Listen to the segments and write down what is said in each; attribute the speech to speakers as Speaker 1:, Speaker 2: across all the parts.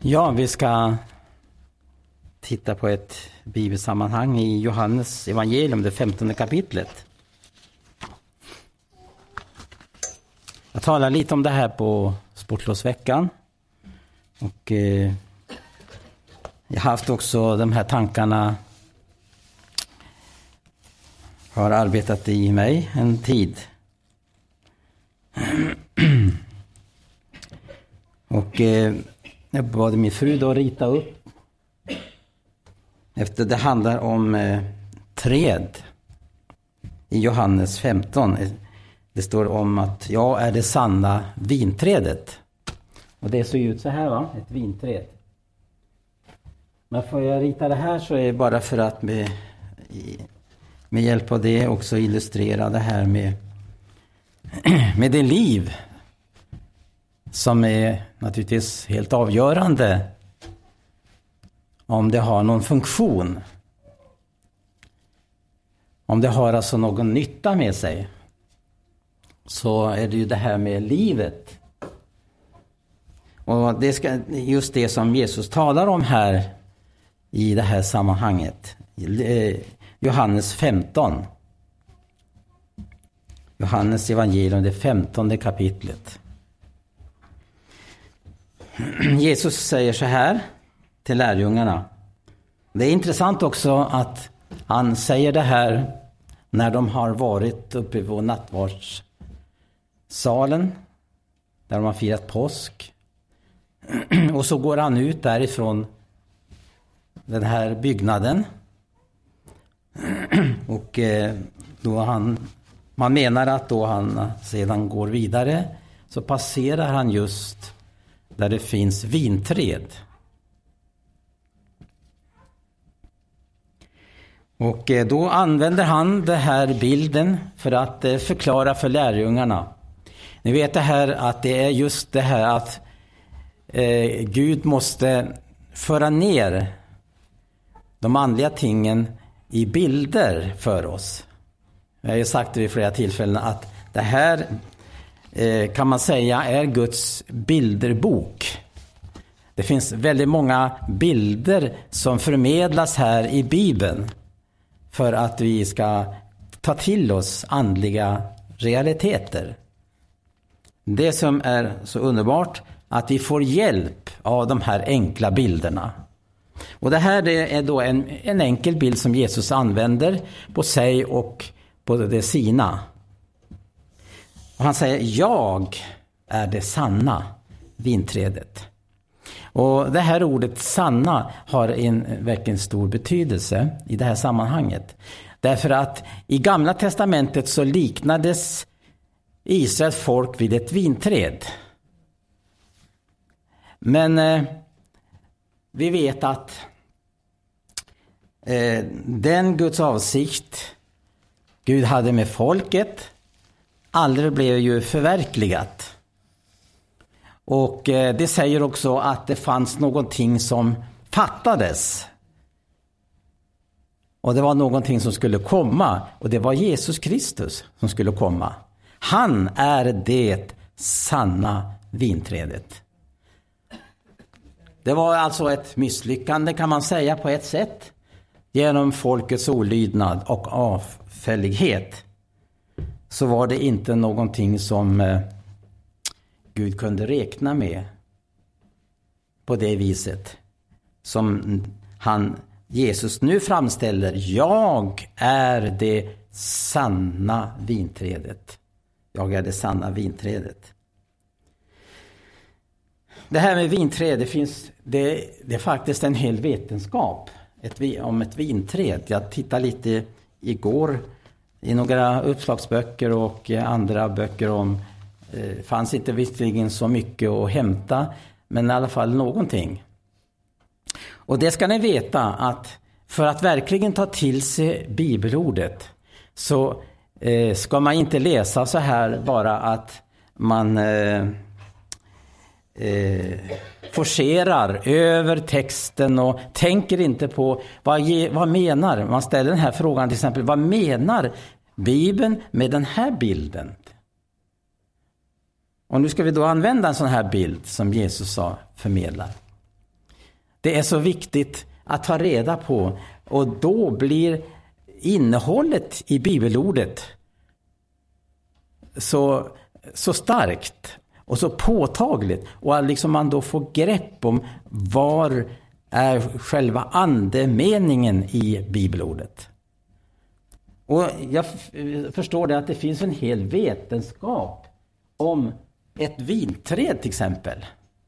Speaker 1: Ja, vi ska titta på ett bibelsammanhang i Johannes evangelium, det 15:e kapitlet. Jag talar lite om det här på sportlovsveckan. Och jag har haft också de här tankarna, har arbetat i mig en tid. Och jag bad min fru då rita upp. Efter det handlar om träd i Johannes 15. Det står om att jag är det sanna vinträdet. Och det ser ut så här, va? Ett vinträd. Men får jag rita det här så är det bara för att med hjälp av det också illustrera det här med det liv som är naturligtvis helt avgörande om det har någon funktion. Om det har alltså någon nytta med sig, så är det ju det här med livet. Och det är just det som Jesus talar om här i det här sammanhanget. Johannes 15. Johannes evangelium, det 15:e kapitlet. Jesus säger så här till lärjungarna. Det är intressant också att han säger det här när de har varit uppe på nattvardssalen där de har firat påsk. Och så går han ut därifrån den här byggnaden. Och då man menar att då han sedan går vidare så passerar han just där det finns vinträd. Och då använder han den här bilden för att förklara för lärjungarna. Ni vet det här att det är just det här att Gud måste föra ner de andliga tingen i bilder för oss. Jag har ju sagt det vid flera tillfällen att det här kan man säga är Guds bilderbok. Det finns väldigt många bilder som förmedlas här i Bibeln för att vi ska ta till oss andliga realiteter. Det som är så underbart att vi får hjälp av de här enkla bilderna. Och det här är då en enkel bild som Jesus använder på sig och på det sina. Och han säger, jag är det sanna vinträdet. Och det här ordet sanna har en verkligen stor betydelse i det här sammanhanget. Därför att i Gamla testamentet så liknades Israels folk vid ett vinträd. Men vi vet att den Guds avsikt Gud hade med folket aldrig blev ju förverkligat. Och det säger också att det fanns någonting som fattades. Och det var någonting som skulle komma. Och det var Jesus Kristus som skulle komma. Han är det sanna vinträdet. Det var alltså ett misslyckande kan man säga på ett sätt. Genom folkets olydnad och avfällighet. Så var det inte någonting som Gud kunde räkna med på det viset som Jesus nu framställer. Jag är det sanna vinträdet. Jag är det sanna vinträdet. Det här med vinträd, det är faktiskt en hel vetenskap om ett vinträd. Jag tittade lite igår i några uppslagsböcker och andra böcker om. Fanns inte visserligen så mycket att hämta, men i alla fall någonting. Och det ska ni veta att för att verkligen ta till sig bibelordet så ska man inte läsa så här bara att man forcerar över texten och tänker inte på vad menar. Man ställer den här frågan till exempel, vad menar Bibeln med den här bilden? Och nu ska vi då använda en sån här bild som Jesus sa förmedlar. Det är så viktigt att ta reda på, och då blir innehållet i bibelordet så starkt och så påtagligt, och liksom man då får grepp om var är själva andemeningen i bibelordet. Och jag förstår det att det finns en hel vetenskap om ett vinträd till exempel.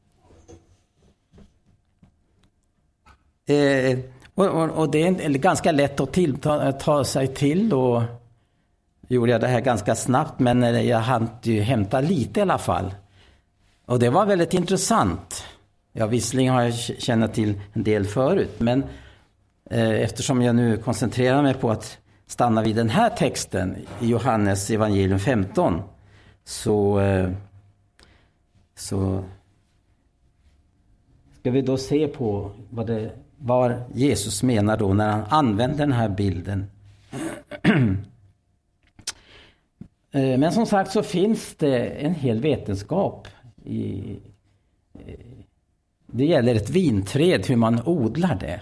Speaker 1: Och det är ganska lätt att ta sig till, och gjorde jag det här ganska snabbt, men jag hann ju hämta lite i alla fall. Och det var väldigt intressant. Ja, visserligen har jag känt till en del förut, men eftersom jag nu koncentrerar mig på att stanna vid den här texten i Johannes evangelium 15, så ska vi då se på vad Jesus menar då när han använder den här bilden. Men som sagt så finns det en hel vetenskap det gäller ett vinträd, hur man odlar det.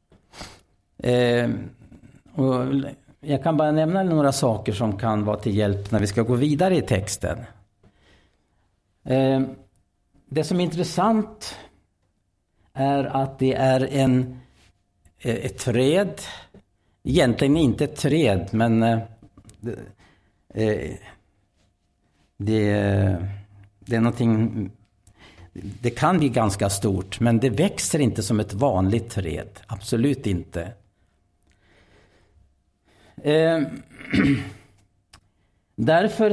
Speaker 1: Och jag kan bara nämna några saker som kan vara till hjälp när vi ska gå vidare i texten. Det som är intressant är att det är ett träd, egentligen inte ett träd, men det är någonting, det kan bli ganska stort, men det växer inte som ett vanligt träd, absolut inte. Därför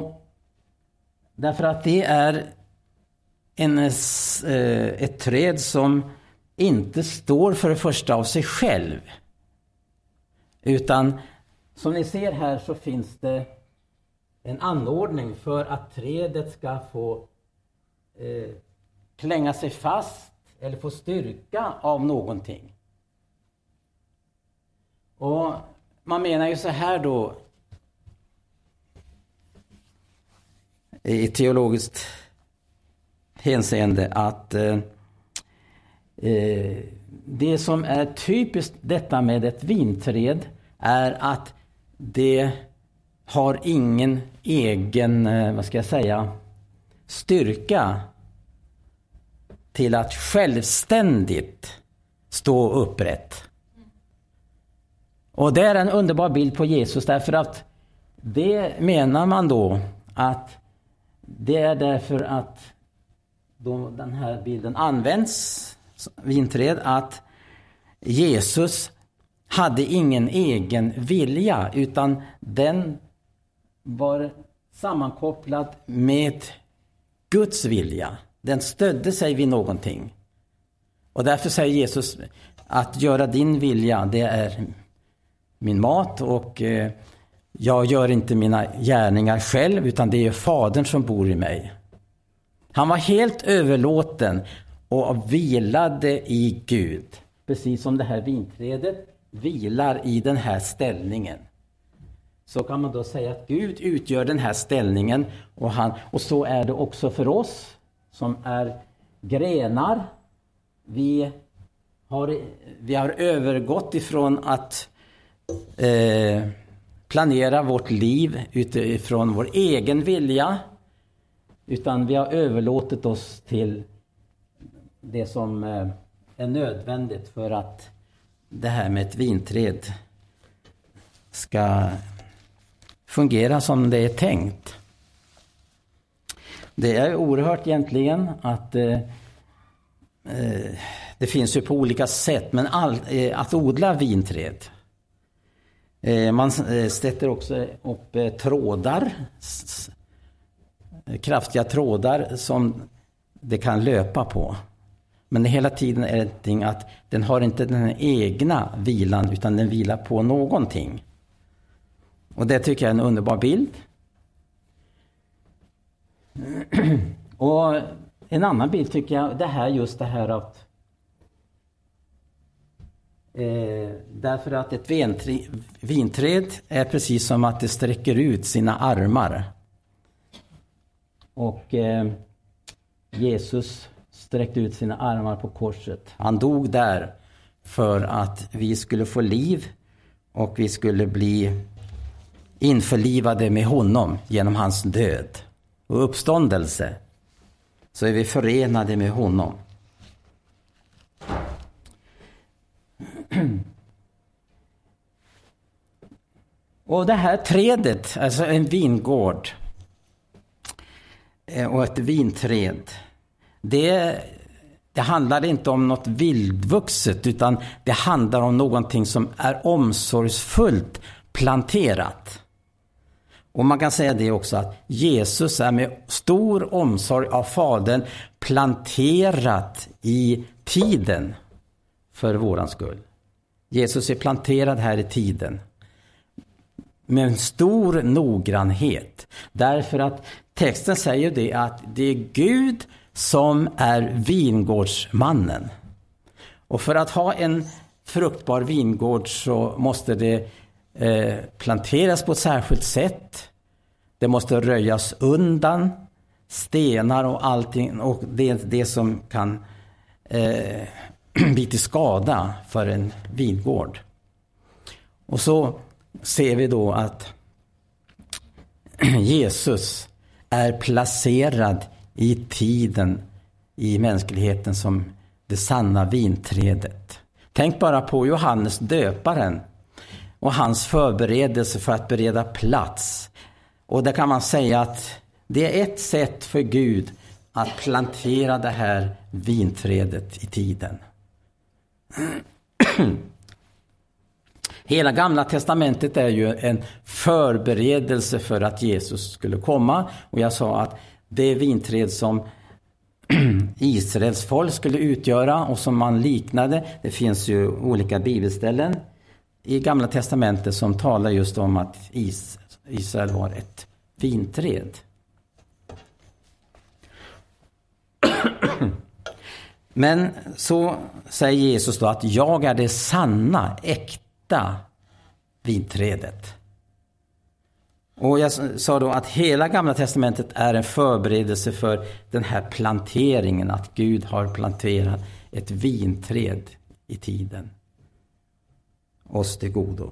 Speaker 1: att det är ett träd som inte står för det första av sig själv, utan som ni ser här så finns det en anordning för att trädet ska få klänga sig fast eller få styrka av någonting. Och man menar ju så här då i teologiskt hänseende att det som är typiskt detta med ett vinträd är att det har ingen egen, styrka till att självständigt stå upprätt. Och det är en underbar bild på Jesus, därför att det menar man då att det är därför att då den här bilden används, vinträd, att Jesus hade ingen egen vilja, utan den var sammankopplad med Guds vilja. Den stödde sig vid någonting. Och därför säger Jesus att göra din vilja, det är min mat, och jag gör inte mina gärningar själv, utan det är Fadern som bor i mig. Han var helt överlåten och vilade i Gud. Precis som det här vinträdet vilar i den här ställningen. Så kan man då säga att Gud utgör den här ställningen, och så är det också för oss som är grenar. Vi har övergått ifrån att planera vårt liv utifrån vår egen vilja, utan vi har överlåtit oss till det som är nödvändigt för att det här med ett vinträd ska fungera som det är tänkt. Det är oerhört egentligen att det finns ju på olika sätt, men att odla vinträd. Man sätter också upp trådar, kraftiga trådar som det kan löpa på. Men hela tiden är det att den har inte den egna vilan, utan den vilar på någonting. Och det tycker jag är en underbar bild. Och en annan bild tycker jag, just det här att därför att ett vinträd är precis som att det sträcker ut sina armar. Och Jesus sträckte ut sina armar på korset. Han dog där för att vi skulle få liv och vi skulle bli införlivade med honom genom hans död och uppståndelse. Så är vi förenade med honom. Och det här trädet, alltså en vingård och ett vinträd, det handlar inte om något vildvuxet, utan det handlar om någonting som är omsorgsfullt planterat. Och man kan säga det också, att Jesus är med stor omsorg av Fadern planterat i tiden för våran skull. Jesus är planterad här i tiden med en stor noggrannhet. Därför att texten säger det, att det är Gud som är vingårdsmannen. Och för att ha en fruktbar vingård så måste det planteras på ett särskilt sätt. Det måste röjas undan stenar och allting, och det är det som kan bli till skada för en vingård. Och så ser vi då att Jesus är placerad i tiden, i mänskligheten, som det sanna vinträdet. Tänk bara på Johannes döparen och hans förberedelse för att bereda plats. Och där kan man säga att det är ett sätt för Gud att plantera det här vinträdet i tiden. Hela Gamla testamentet är ju en förberedelse för att Jesus skulle komma. Och jag sa att det vinträd som Israels folk skulle utgöra och som man liknade, det finns ju olika bibelställen i Gamla testamentet som talar just om att Israel var ett vinträd. Men så säger Jesus då att jag är det sanna, äkta vinträdet. Och jag sa då att hela Gamla testamentet är en förberedelse för den här planteringen, att Gud har planterat ett vinträd i tiden oss till godo.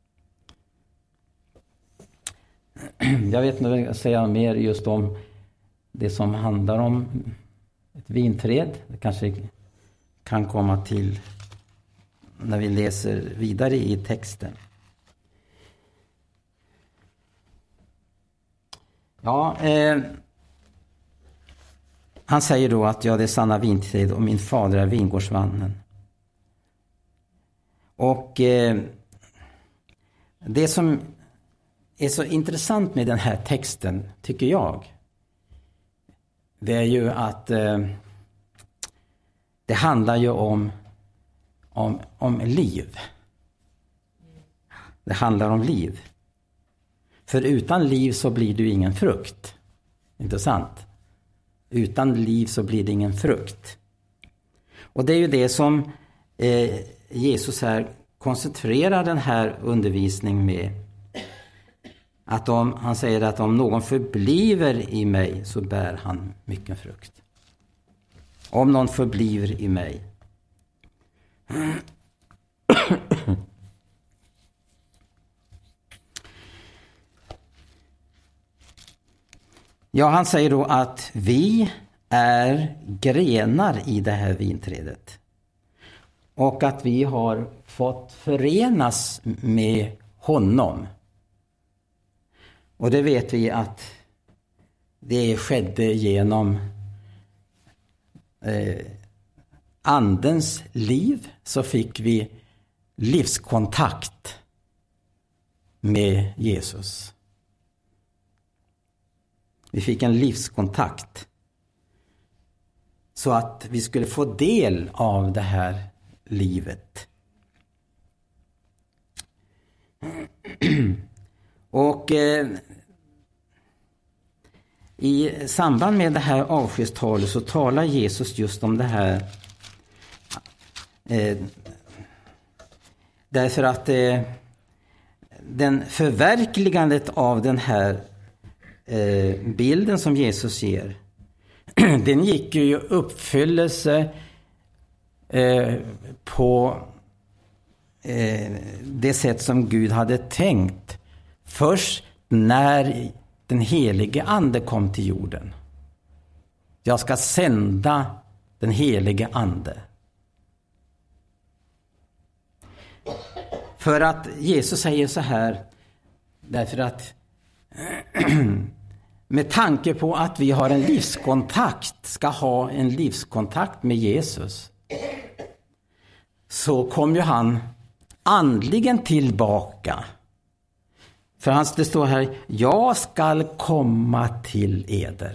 Speaker 1: Jag vet inte vad jag ska säga mer just om det som handlar om ett vinträd. Det kanske kan komma till när vi läser vidare i texten. Ja, han säger då att jag är det sanna vinträd och min fader är vingårdsmannen. Och det som är så intressant med den här texten, tycker jag, det är ju att det handlar ju om liv. Det handlar om liv. För utan liv så blir det ju ingen frukt. Intressant. Utan liv så blir det ingen frukt. Och det är ju det som Jesus här koncentrerar den här undervisningen med. Att han säger att om någon förbliver i mig så bär han mycket frukt. Om någon förbliver i mig. Ja, han säger då att vi är grenar i det här vinträdet. Och att vi har fått förenas med honom. Och det vet vi att det skedde genom andens liv, så fick vi livskontakt med Jesus. Vi fick en livskontakt så att vi skulle få del av det här livet. Och i samband med det här avskedstalet så talar Jesus just om det här. Därför att den förverkligandet av den här bilden som Jesus ger, den gick ju i uppfyllelse på det sätt som Gud hade tänkt. Först när den helige ande kom till jorden. Jag ska sända den helige ande. För att Jesus säger så här, därför att med tanke på att vi har en livskontakt, ska ha en livskontakt med Jesus, så kom ju han andligen tillbaka. För det står här, jag ska komma till eder.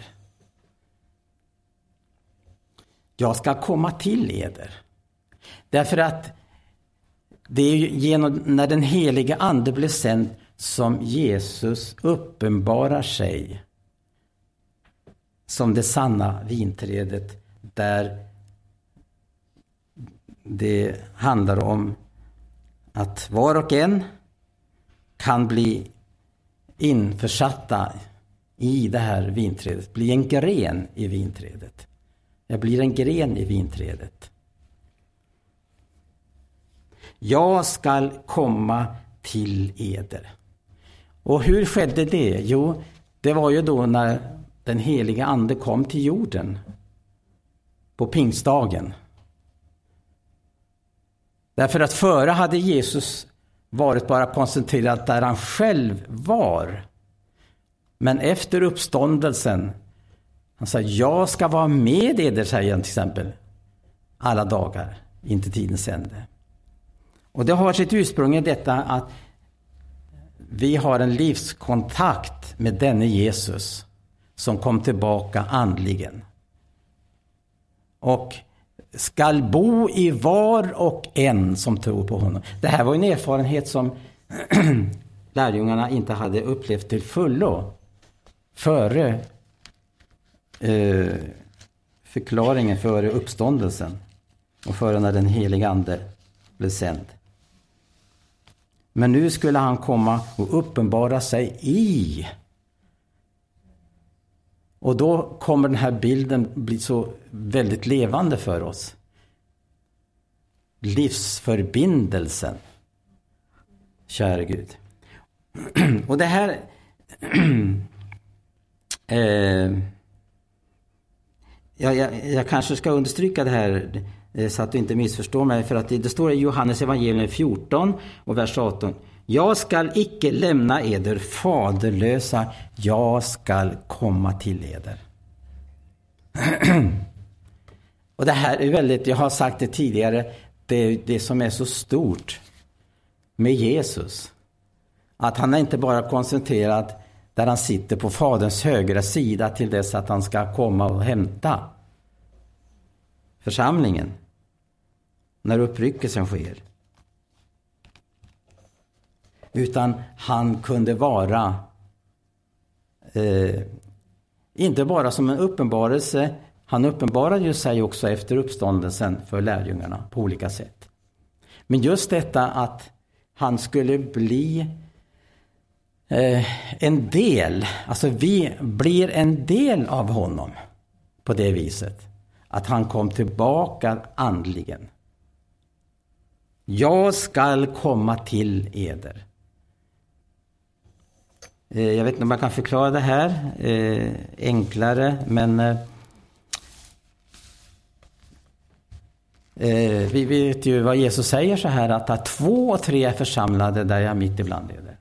Speaker 1: Jag ska komma till eder. Därför att det är genom när den helige ande blev sänd som Jesus uppenbarar sig som det sanna vinträdet, där det handlar om att var och en kan bli införsatta i det här vinträdet, bli en gren i vinträdet. Jag blir en gren i vinträdet. Jag ska komma till eder. Och hur skedde det? Jo, det var ju då när den heliga ande kom till jorden på pingstdagen. Därför att före hade Jesus varit bara koncentrerad där han själv var. Men efter uppståndelsen, han sa, jag ska vara med eder, säger han till exempel, alla dagar, inte tidens ände. Och det har sitt ursprung i detta att vi har en livskontakt med denne Jesus som kom tillbaka andligen. Och skall bo i var och en som tror på honom. Det här var en erfarenhet som lärjungarna inte hade upplevt till fullo före förklaringen, före uppståndelsen och före när den heliga ande blev sänd. Men nu skulle han komma och uppenbara sig i. Och då kommer den här bilden bli så väldigt levande för oss. Livsförbindelsen. Kära Gud. Och det här jag kanske ska understryka det här så att du inte missförstår mig, för att det står i Johannes evangelium 14 och vers 18. Jag skall icke lämna eder faderlösa, jag skall komma till eder. Och det här är väldigt, jag har sagt det tidigare, det som är så stort med Jesus, att han är inte bara koncentrerad där han sitter på faderns högra sida till dess att han ska komma och hämta församlingen när uppryckelsen sker. Utan han kunde vara inte bara som en uppenbarelse, han uppenbarade ju sig också efter uppståndelsen för lärjungarna på olika sätt. Men just detta att han skulle bli en del, alltså vi blir en del av honom på det viset. Att han kom tillbaka andligen. Jag skall komma till eder. Jag vet inte om jag kan förklara det här enklare, men vi vet ju vad Jesus säger så här, att 2 och 3 är församlade där jag är mitt ibland eder.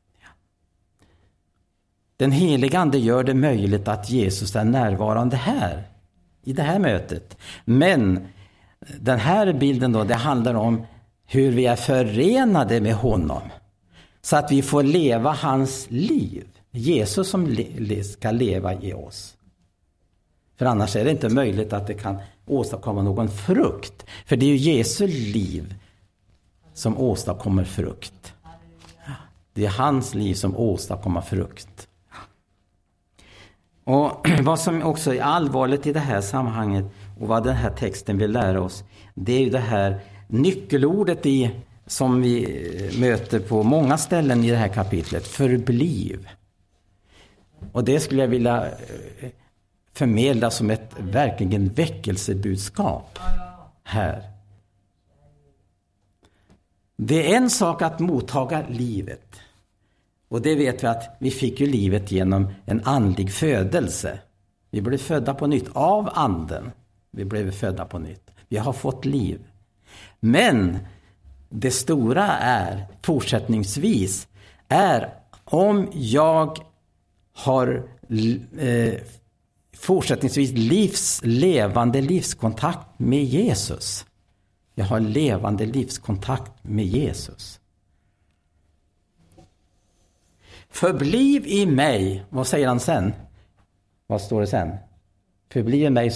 Speaker 1: Den heliga ande gör det möjligt att Jesus är närvarande här, i det här mötet. Men den här bilden då, det handlar om hur vi är förenade med honom. Så att vi får leva hans liv. Jesus som ska leva i oss. För annars är det inte möjligt att det kan åstadkomma någon frukt. För det är ju Jesu liv som åstadkommer frukt. Det är hans liv som åstadkommer frukt. Och vad som också är allvarligt i det här sammanhanget och vad den här texten vill lära oss, det är ju det här nyckelordet som vi möter på många ställen i det här kapitlet, förbliv. Och det skulle jag vilja förmedlas som ett verkligen väckelsebudskap här. Det är en sak att mottaga livet. Och det vet vi att vi fick ju livet genom en andlig födelse. Vi blev födda på nytt av anden. Vi blev födda på nytt. Vi har fått liv. Men det stora är fortsättningsvis är om jag har fortsättningsvis levande livskontakt med Jesus. Jag har levande livskontakt med Jesus. Förbliv i mig. Vad säger han sen? Vad står det sen? Förbliv i mig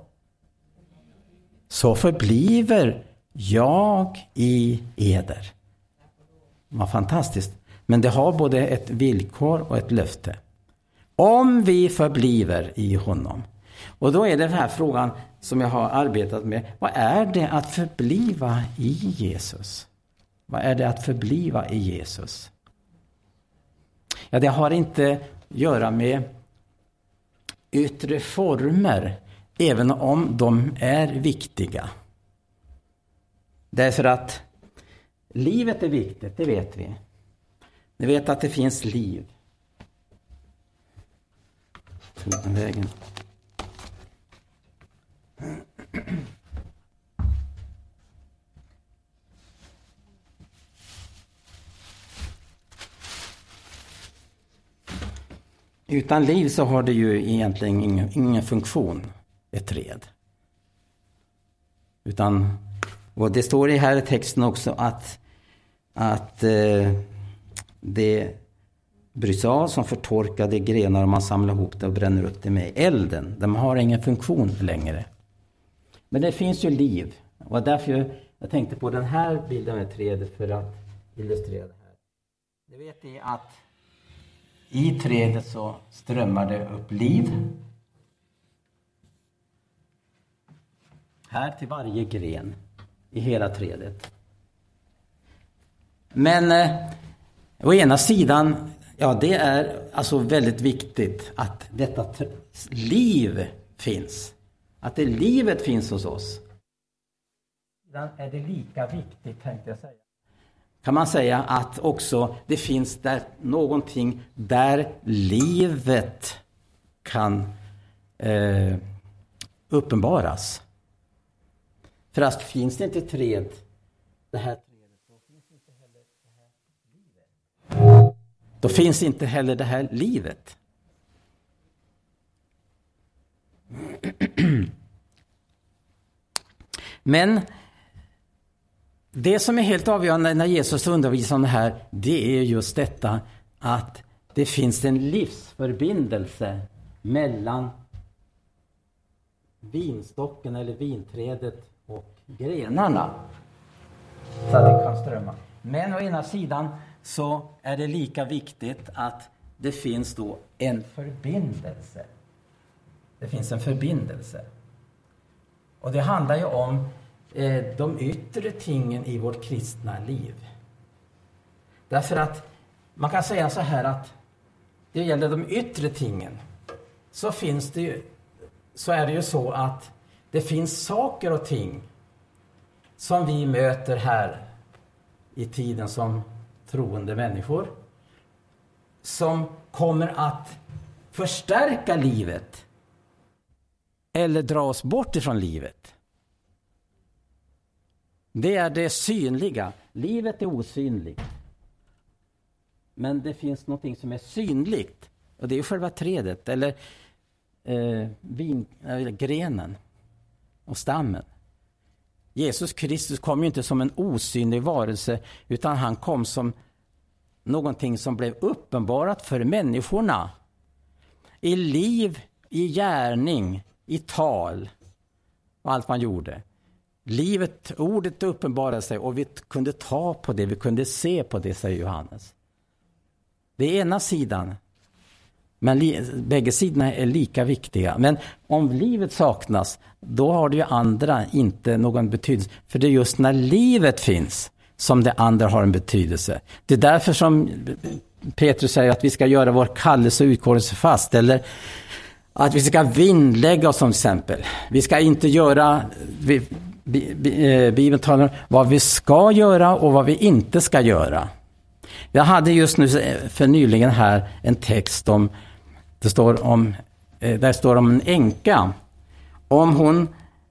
Speaker 1: så förbliver jag i eder. Vad fantastiskt. Men det har både ett villkor och ett löfte. Om vi förbliver i honom. Och då är det den här frågan som jag har arbetat med. Vad är det att förbliva i Jesus? Vad är det att förbliva i Jesus? Ja, det har inte att göra med yttre former, även om de är viktiga. Därför att livet är viktigt, det vet vi. Ni vet att det finns liv. Vägen. Utan liv så har det ju egentligen ingen funktion, ett träd. Utan, och det står i här i texten också att det bryts av som förtorkade grenar och man samlar ihop det och bränner upp det med elden. De har ingen funktion längre. Men det finns ju liv. Och därför jag tänkte på den här bilden med trädet för att illustrera det här. Det vet ni att i trädet så strömmar det upp liv. Här till varje gren i hela trädet. Men å ena sidan, ja, det är alltså väldigt viktigt att detta liv finns. Att det livet finns hos oss. Sedan är det lika viktigt, tänkte jag säga. Kan man säga att också det finns där någonting där livet kan uppenbaras. För att finns det inte träd, det här trädet, så finns inte heller det här livet. Då finns inte heller det här livet. Men det som är helt avgörande när Jesus undervisar om det här, det är just detta att det finns en livsförbindelse mellan vinstocken eller vinträdet och grenarna. Så att det kan strömma. Men å ena sidan så är det lika viktigt att det finns då en förbindelse. Det finns en förbindelse. Och det handlar ju om de yttre tingen i vårt kristna liv. Därför att man kan säga så här att det gäller de yttre tingen, så finns det ju, så är det ju så att det finns saker och ting som vi möter här i tiden som troende människor som kommer att förstärka livet eller dra oss bort ifrån livet. Det är det synliga. Livet är osynligt. Men det finns någonting som är synligt. Och det är själva trädet. Eller grenen och stammen. Jesus Kristus kom ju inte som en osynlig varelse. Utan han kom som någonting som blev uppenbarat för människorna. I liv, i gärning, i tal. Och allt man gjorde. Livet, ordet uppenbarade sig och vi kunde ta på det, vi kunde se på det, säger Johannes. Det är ena sidan, men bägge sidorna är lika viktiga. Men om livet saknas, då har det ju andra inte någon betydelse. För det är just när livet finns som det andra har en betydelse. Det är därför som Petrus säger att vi ska göra vår kallelse och utkårelse fast. Eller att vi ska vinnlägga oss som exempel. Vi ska inte göra, Bibeln talar om vad vi ska göra och vad vi inte ska göra. Jag hade just nu för nyligen här en text om, där står om en änka. Om hon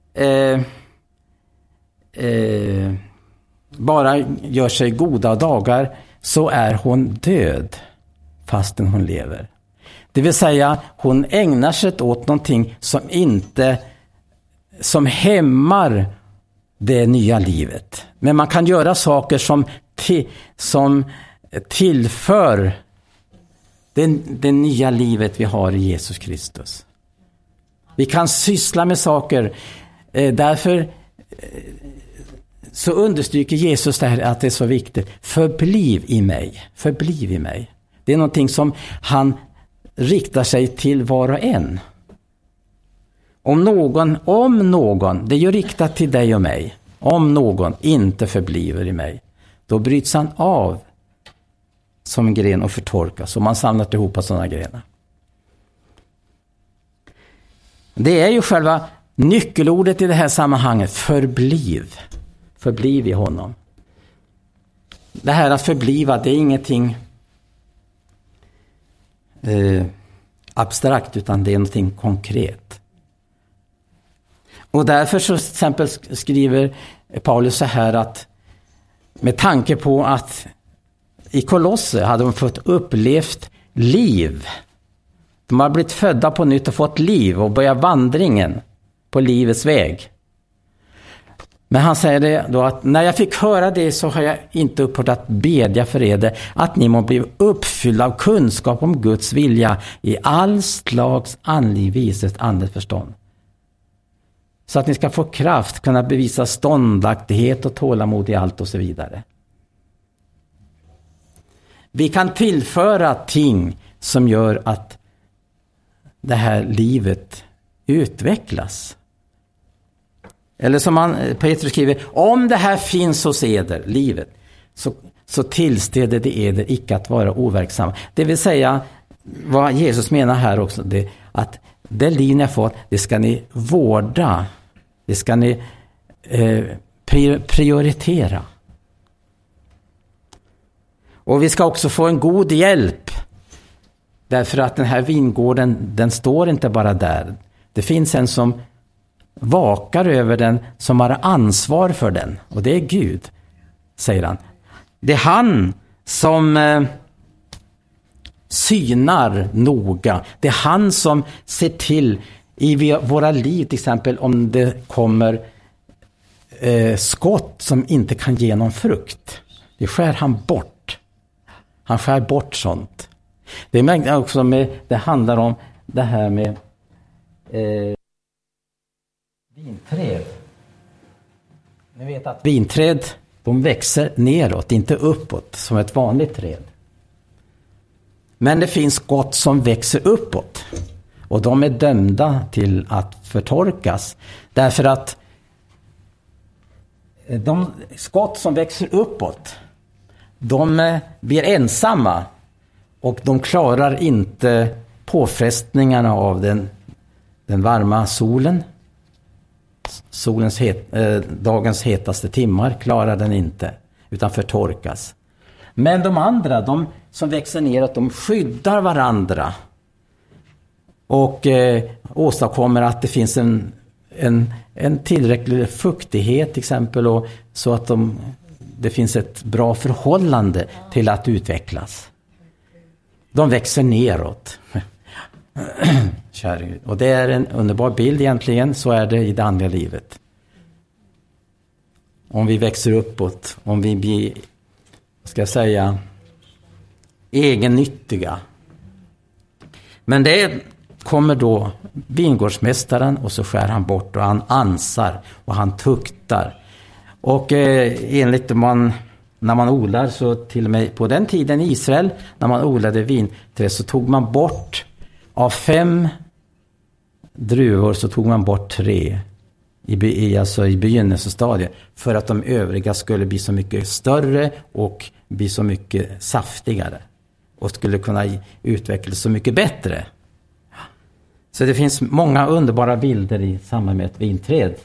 Speaker 1: bara gör sig goda dagar så är hon död fastän hon lever. Det vill säga hon ägnar sig åt någonting som hämmar det nya livet. Men man kan göra saker som tillför det nya livet vi har i Jesus Kristus. Vi kan syssla med saker. Därför så understryker Jesus det här att det är så viktigt. Förbliv i mig. Förbliv i mig. Det är någonting som han riktar sig till var och en. Om någon, det är ju riktat till dig och mig. Om någon inte förbliver i mig, då bryts han av som en gren och förtorkas. Och man samlar ihop sådana grenar. Det är ju själva nyckelordet i det här sammanhanget. Förbliv. Förbliv i honom. Det här att förbliva, det är ingenting abstrakt, utan det är någonting konkret. Och därför så till exempel skriver Paulus så här att med tanke på att i Kolosse hade de fått upplevt liv. De har blivit födda på nytt och fått liv och börjat vandringen på livets väg. Men han säger det då att när jag fick höra det så har jag inte upphört att bedja för er att ni må bli uppfyllda av kunskap om Guds vilja i all slags andlig vishet, andligt förstånd. Så att ni ska få kraft, kunna bevisa ståndaktighet och tålamod i allt och så vidare. Vi kan tillföra ting som gör att det här livet utvecklas. Eller som Petrus skriver, om det här finns hos eder, livet, så tillsteder det eder icke att vara overksamma. Det vill säga, vad Jesus menar här också, det att det liv ni har fått, det ska ni vårda. Det ska ni prioritera. Och vi ska också få en god hjälp. Därför att den här vingården, den står inte bara där. Det finns en som vakar över den, som har ansvar för den. Och det är Gud, säger han. Det är han som synar noga. Det är han som ser till i våra liv, till exempel om det kommer skott som inte kan ge någon frukt. Det skär han bort. Han skär bort sånt. Det är också det handlar om det här med vinträd. Ni vet att vinträd, de växer neråt, inte uppåt som ett vanligt träd. Men det finns skott som växer uppåt. Och de är dömda till att förtorkas. Därför att de skott som växer uppåt, de blir ensamma. Och de klarar inte påfrestningarna av den varma solen. Dagens hetaste timmar klarar den inte, utan förtorkas. Men de andra, de som växer neråt, de skyddar varandra. Och åstadkommer att det finns en tillräcklig fuktighet till exempel. Och så att det finns ett bra förhållande till att utvecklas. De växer neråt. Och det är en underbar bild egentligen. Så är det i det andliga livet. Om vi växer uppåt. Om vi blir, ska jag säga, egennyttiga. Men det kommer då vingårdsmästaren och så skär han bort och han ansar och han tuktar. Och enligt när man odlar, så till och med på den tiden i Israel, när man odlade vinträd, så tog man bort av 5 druvor så tog man bort 3 i begynnelsestadiet för att de övriga skulle bli så mycket större och bli så mycket saftigare och skulle kunna utvecklas så mycket bättre. Så det finns många underbara bilder i samband med ett vinträd.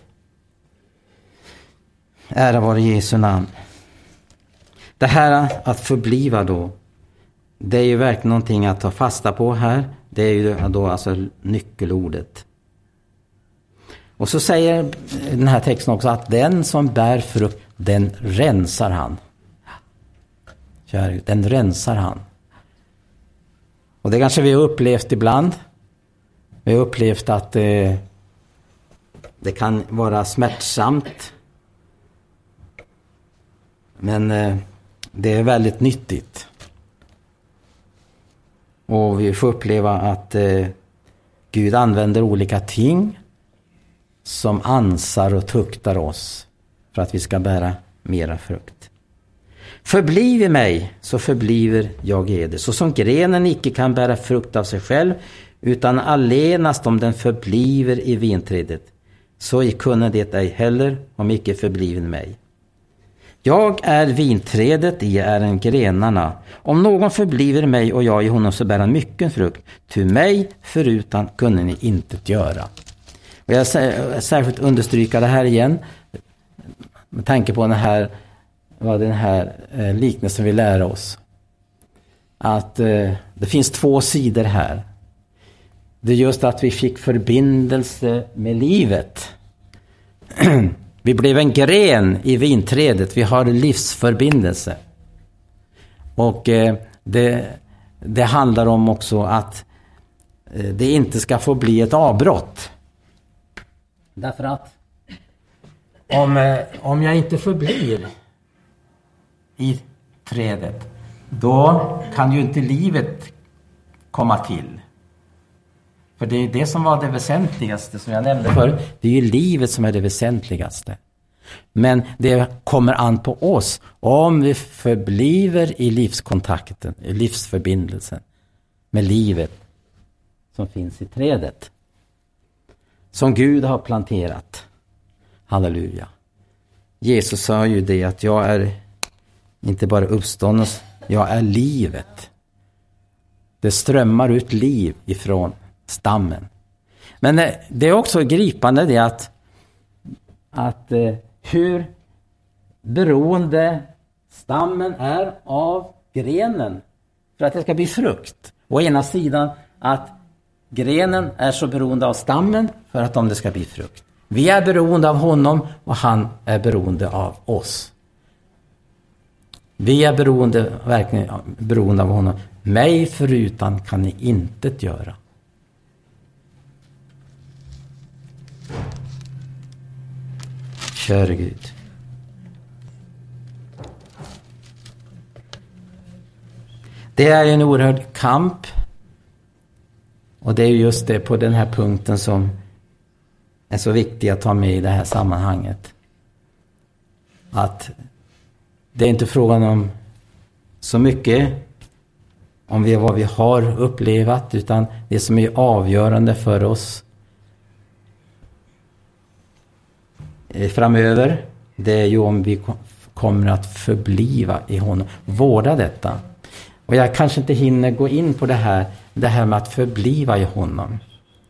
Speaker 1: Ära vare Jesu namn. Det här att förbliva då, det är ju verkligen någonting att ta fasta på här. Det är ju då alltså nyckelordet. Och så säger den här texten också att den som bär frukt, den rensar han. Den rensar han. Och det kanske vi har upplevt ibland. Vi har upplevt att det kan vara smärtsamt. Men det är väldigt nyttigt. Och vi får uppleva att Gud använder olika ting som ansar och tuktar oss för att vi ska bära mera frukt. Förbliv i mig, så förbliver jag i eder. Så som grenen icke kan bära frukt av sig själv, utan allenast om den förbliver i vinträdet, så i kunna det ej heller om icke förbliven i mig. Jag är vinträdet, I är en grenarna. Om någon förbliver mig och jag i honom, så bär han mycket frukt. Ty mig förutan kunde ni intet göra. Och jag särskilt understryka det här igen, med tanke på den här liknelsen vi lär oss. Att det finns två sidor här. Det är just att vi fick förbindelse med livet. Vi blev en gren i vinträdet. Vi har livsförbindelse. Och det handlar om också att det inte ska få bli ett avbrott. Därför att om jag inte förblir i trädet, då kan ju inte livet komma till. För det är det som var det väsentligaste som jag nämnde förut. Det är ju livet som är det väsentligaste. Men det kommer an på oss om vi förbliver i livskontakten, i livsförbindelsen med livet som finns i trädet. Som Gud har planterat. Halleluja. Jesus sa ju det att jag är inte bara uppståndelse, jag är livet. Det strömmar ut liv ifrån stammen. Men det är också gripande det att hur beroende stammen är av grenen för att det ska bli frukt. Å ena sidan att grenen är så beroende av stammen för att om det ska bli frukt. Vi är beroende av honom och han är beroende av oss. Vi är verkligen beroende av honom. Mig förutan kan ni intet göra. Käre Gud. Det är en oerhörd kamp. Och det är just det på den här punkten som är så viktig att ta med i det här sammanhanget. Att det är inte frågan om så mycket om vad vi har upplevt, utan det som är avgörande för oss framöver, det är ju om vi kommer att förbliva i honom. Vårda detta. Och jag kanske inte hinner gå in på det här med att förbliva i honom.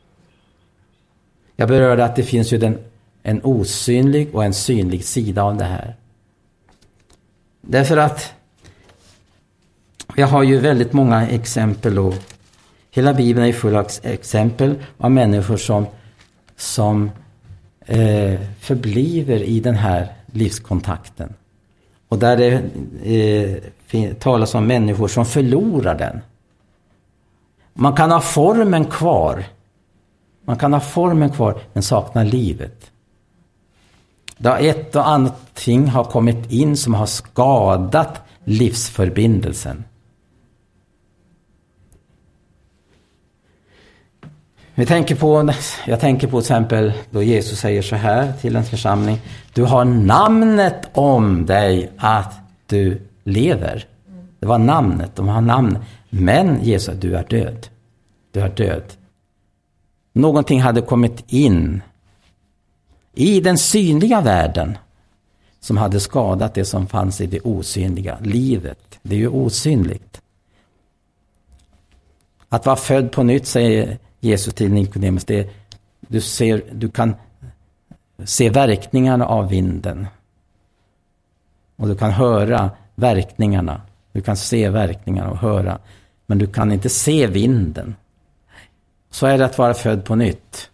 Speaker 1: Jag berörde att det finns ju en osynlig och en synlig sida av det här. Därför att jag har ju väldigt många exempel och hela Bibeln är full av exempel av människor som förbliver i den här livskontakten. Och där det talas om människor som förlorar den. Man kan ha formen kvar. Men saknar livet. Då ett och annat ting har kommit in som har skadat livsförbindelsen. Jag tänker på till exempel då Jesus säger så här till en församling: du har namnet om dig att du lever. Det var namnet, de har namn. Men Jesus, du är död. Du är död. Någonting hade kommit in i den synliga världen som hade skadat det som fanns i det osynliga. Livet, det är ju osynligt. Att vara född på nytt, säger Jesus till Nikodemus, du kan se verkningarna av vinden. Och du kan höra verkningarna. Du kan se verkningarna och höra. Men du kan inte se vinden. Så är det att vara född på nytt.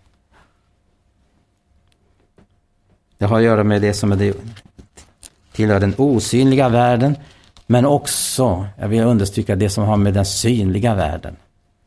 Speaker 1: Det har att göra med det som tillhör den osynliga världen. Men också, jag vill understryka, det som har med den synliga världen.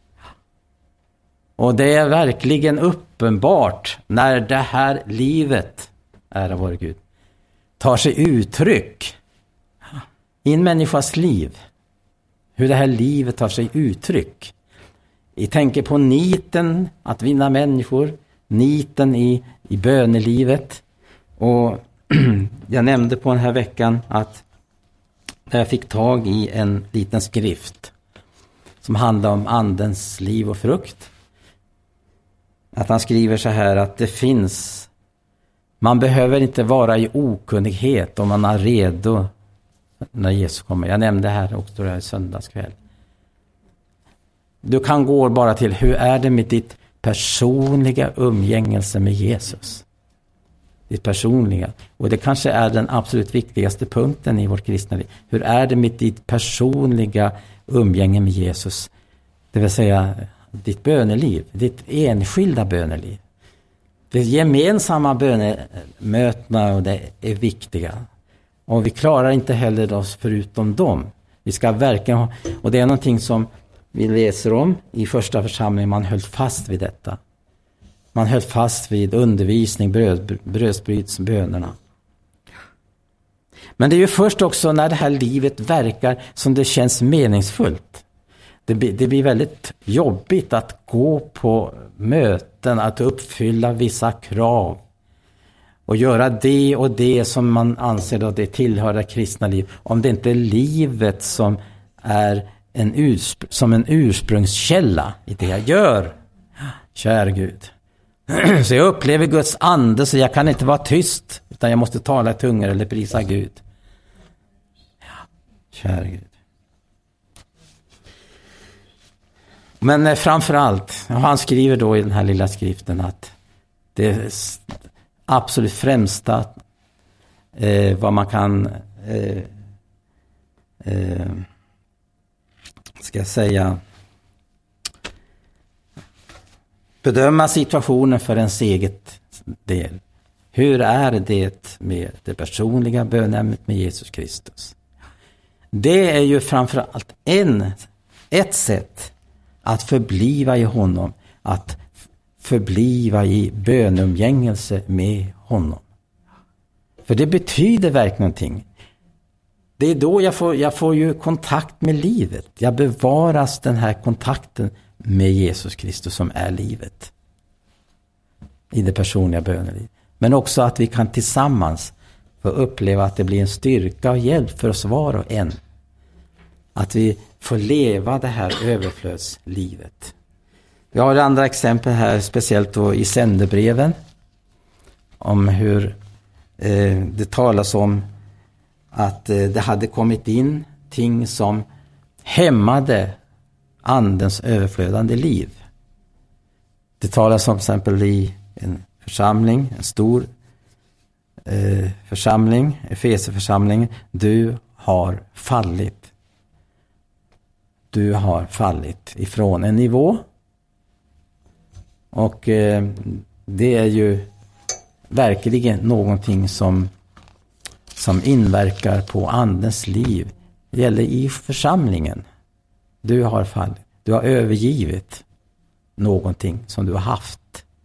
Speaker 1: Och det är verkligen uppenbart när det här livet, ära vår Gud, tar sig uttryck i en människas liv. Hur det här livet tar sig uttryck. Jag tänker på niten att vinna människor, niten i bönelivet. Och jag nämnde på den här veckan att jag fick tag i en liten skrift som handlar om andens liv och frukt. Att han skriver så här att det finns, man behöver inte vara i okunnighet om man är redo när Jesus kommer. Jag nämnde här också det här söndagskväll. Du kan gå bara till, hur är det med ditt personliga umgängelse med Jesus? Ditt personliga. Och det kanske är den absolut viktigaste punkten i vårt kristna liv. Hur är det med ditt personliga umgänge med Jesus? Det vill säga ditt böneliv, ditt enskilda böneliv. Det gemensamma bönemötena, och det är viktiga. Och vi klarar inte heller oss förutom dem. Vi ska verkligen ha, och det är någonting som vi läser om i första församlingen, man höll fast vid detta. Man höll fast vid undervisning, brödsbrytsbönerna. Men det är ju först också när det här livet verkar som det känns meningsfullt. Det blir väldigt jobbigt att gå på möten, att uppfylla vissa krav. Och göra det och det som man anser att det tillhör det kristna liv. Om det inte är livet som är som en ursprungskälla i det jag gör. Kära Gud. Så jag upplever Guds ande, så jag kan inte vara tyst, utan jag måste tala i tungor eller prisa Gud. Kära Gud. Men framförallt, han skriver då i den här lilla skriften att det absolut främsta vad man kan ska jag säga, bedöma situationen för ens eget del. Hur är det med det personliga bönämnet med Jesus Kristus? Det är ju framförallt ett sätt att förbliva i honom, att förbliva i bönumgängelse med honom. För det betyder verkligen någonting. Det är då jag får ju kontakt med livet. Jag bevaras den här kontakten med Jesus Kristus som är livet. I det personliga bönelivet. Men också att vi kan tillsammans få uppleva att det blir en styrka och hjälp för oss var och en. Att vi får leva det här överflödslivet. Vi har andra exempel här, speciellt då i sändebreven. Om hur det talas om att det hade kommit in ting som hämmade andens överflödande liv. Det talas om exempel i en församling, en stor församling, Efeseförsamlingen. Du har fallit. Du har fallit ifrån en nivå. Och det är ju verkligen någonting som inverkar på andens liv. Det gäller i församlingen. Du har fallit. Du har övergivit någonting som du har haft.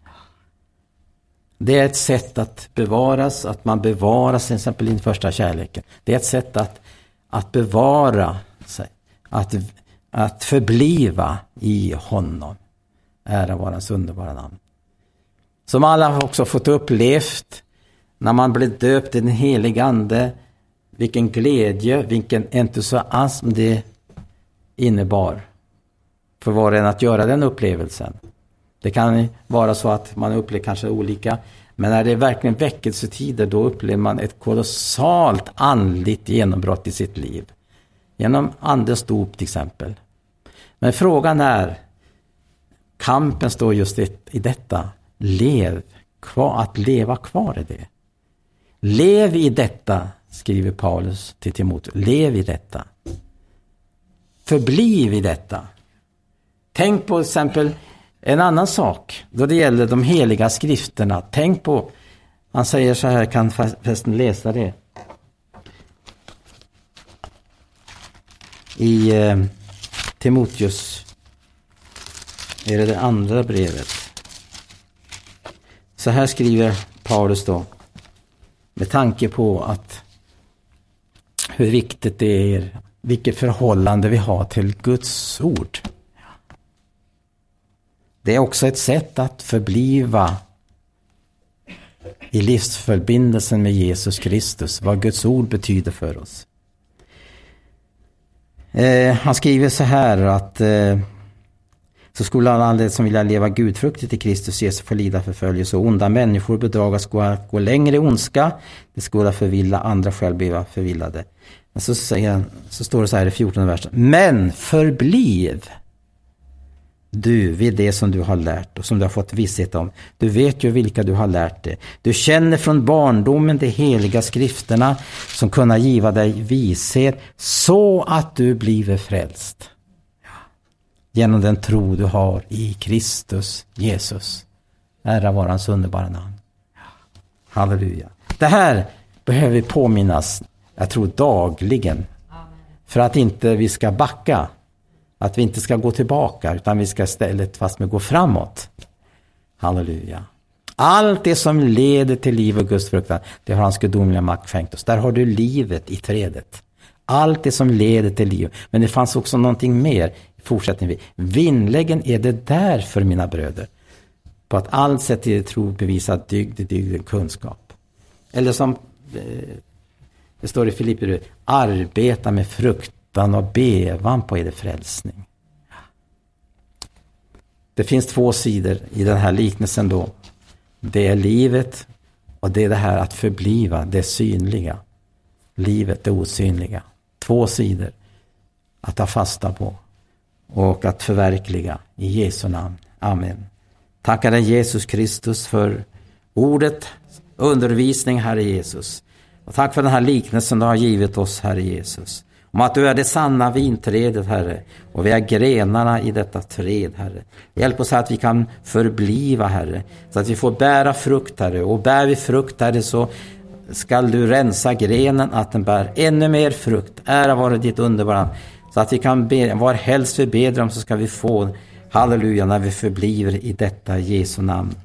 Speaker 1: Det är ett sätt att bevaras, att man bevaras till exempel i den första kärleken. Det är ett sätt att bevara sig, att förbliva i honom. Ära vara hans underbara namn. Som alla har också fått upplevt när man blev döpt i den heliga ande, vilken glädje, vilken entusiasm det innebar för var och en att göra den upplevelsen. Det kan vara så att man upplever kanske olika, men när det är verkligen väckelsetider, då upplever man ett kolossalt andligt genombrott i sitt liv. Genom andens dop till exempel. Men frågan är, Kampen står just i detta. Att leva kvar i det. Lev i detta, skriver Paulus till Timoteus. Lev i detta. Förbliv i detta. Tänk på till exempel en annan sak då det gäller de heliga skrifterna. Tänk på, han säger så här, kan förresten läsa det. I Timoteus är det andra brevet. Så här skriver Paulus då, med tanke på att hur viktigt det är, vilket förhållande vi har till Guds ord. Det är också ett sätt att förbliva i livsförbindelsen med Jesus Kristus, vad Guds ord betyder för oss. Han skriver så här att så skulle alla som vill leva gudfruktigt i Kristus Jesus få lida förföljelse och onda människor bedragas gå längre i ondska. Det skulle förvilla andra själv bli förvillade. Men så står det så här i 14 versen. Men förbliv du vid det som du har lärt och som du har fått visshet om. Du vet ju vilka du har lärt dig. Du känner från barndomen de heliga skrifterna som kunna giva dig vishet så att du blir frälst. Genom den tro du har i Kristus Jesus. Ära vara hans underbara namn. Halleluja. Det här behöver vi påminnas, jag tror dagligen. För att inte vi ska backa. Att vi inte ska gå tillbaka utan vi ska istället fast med gå framåt. Halleluja. Allt det som leder till liv och Guds fruktan, det har hans gudomliga makt skänkt oss. Där har du livet i trädet. Allt det som leder till liv. Men det fanns också någonting mer i fortsättningen. Vinnläggen är det därför, mina bröder. På att allt sätt i tro bevisa dygd kunskap. Eller som det står i Filipperbrevet, arbeta med fruktan och bevan på er frälsning. Det finns två sidor i den här liknelsen då. Det är livet och det är det här att förbliva, det synliga. Livet, det osynliga. Två sidor att ta fasta på och att förverkliga i Jesu namn. Amen. Tackar dig Jesus Kristus för ordet, undervisning, Herre Jesus. Och tack för den här liknelsen du har givit oss, Herre Jesus. Om att du är det sanna vinträdet, Herre. Och vi är grenarna i detta träd, Herre. Hjälp oss att vi kan förbliva, Herre. Så att vi får bära frukt, Herre. Och bär vi frukt, Herre, så skall du rensa grenen att den bär ännu mer frukt. Ära vare ditt underbara. Så att vi kan be, var helst vi ber om så ska vi få, halleluja, när vi förbliver i detta Jesu namn.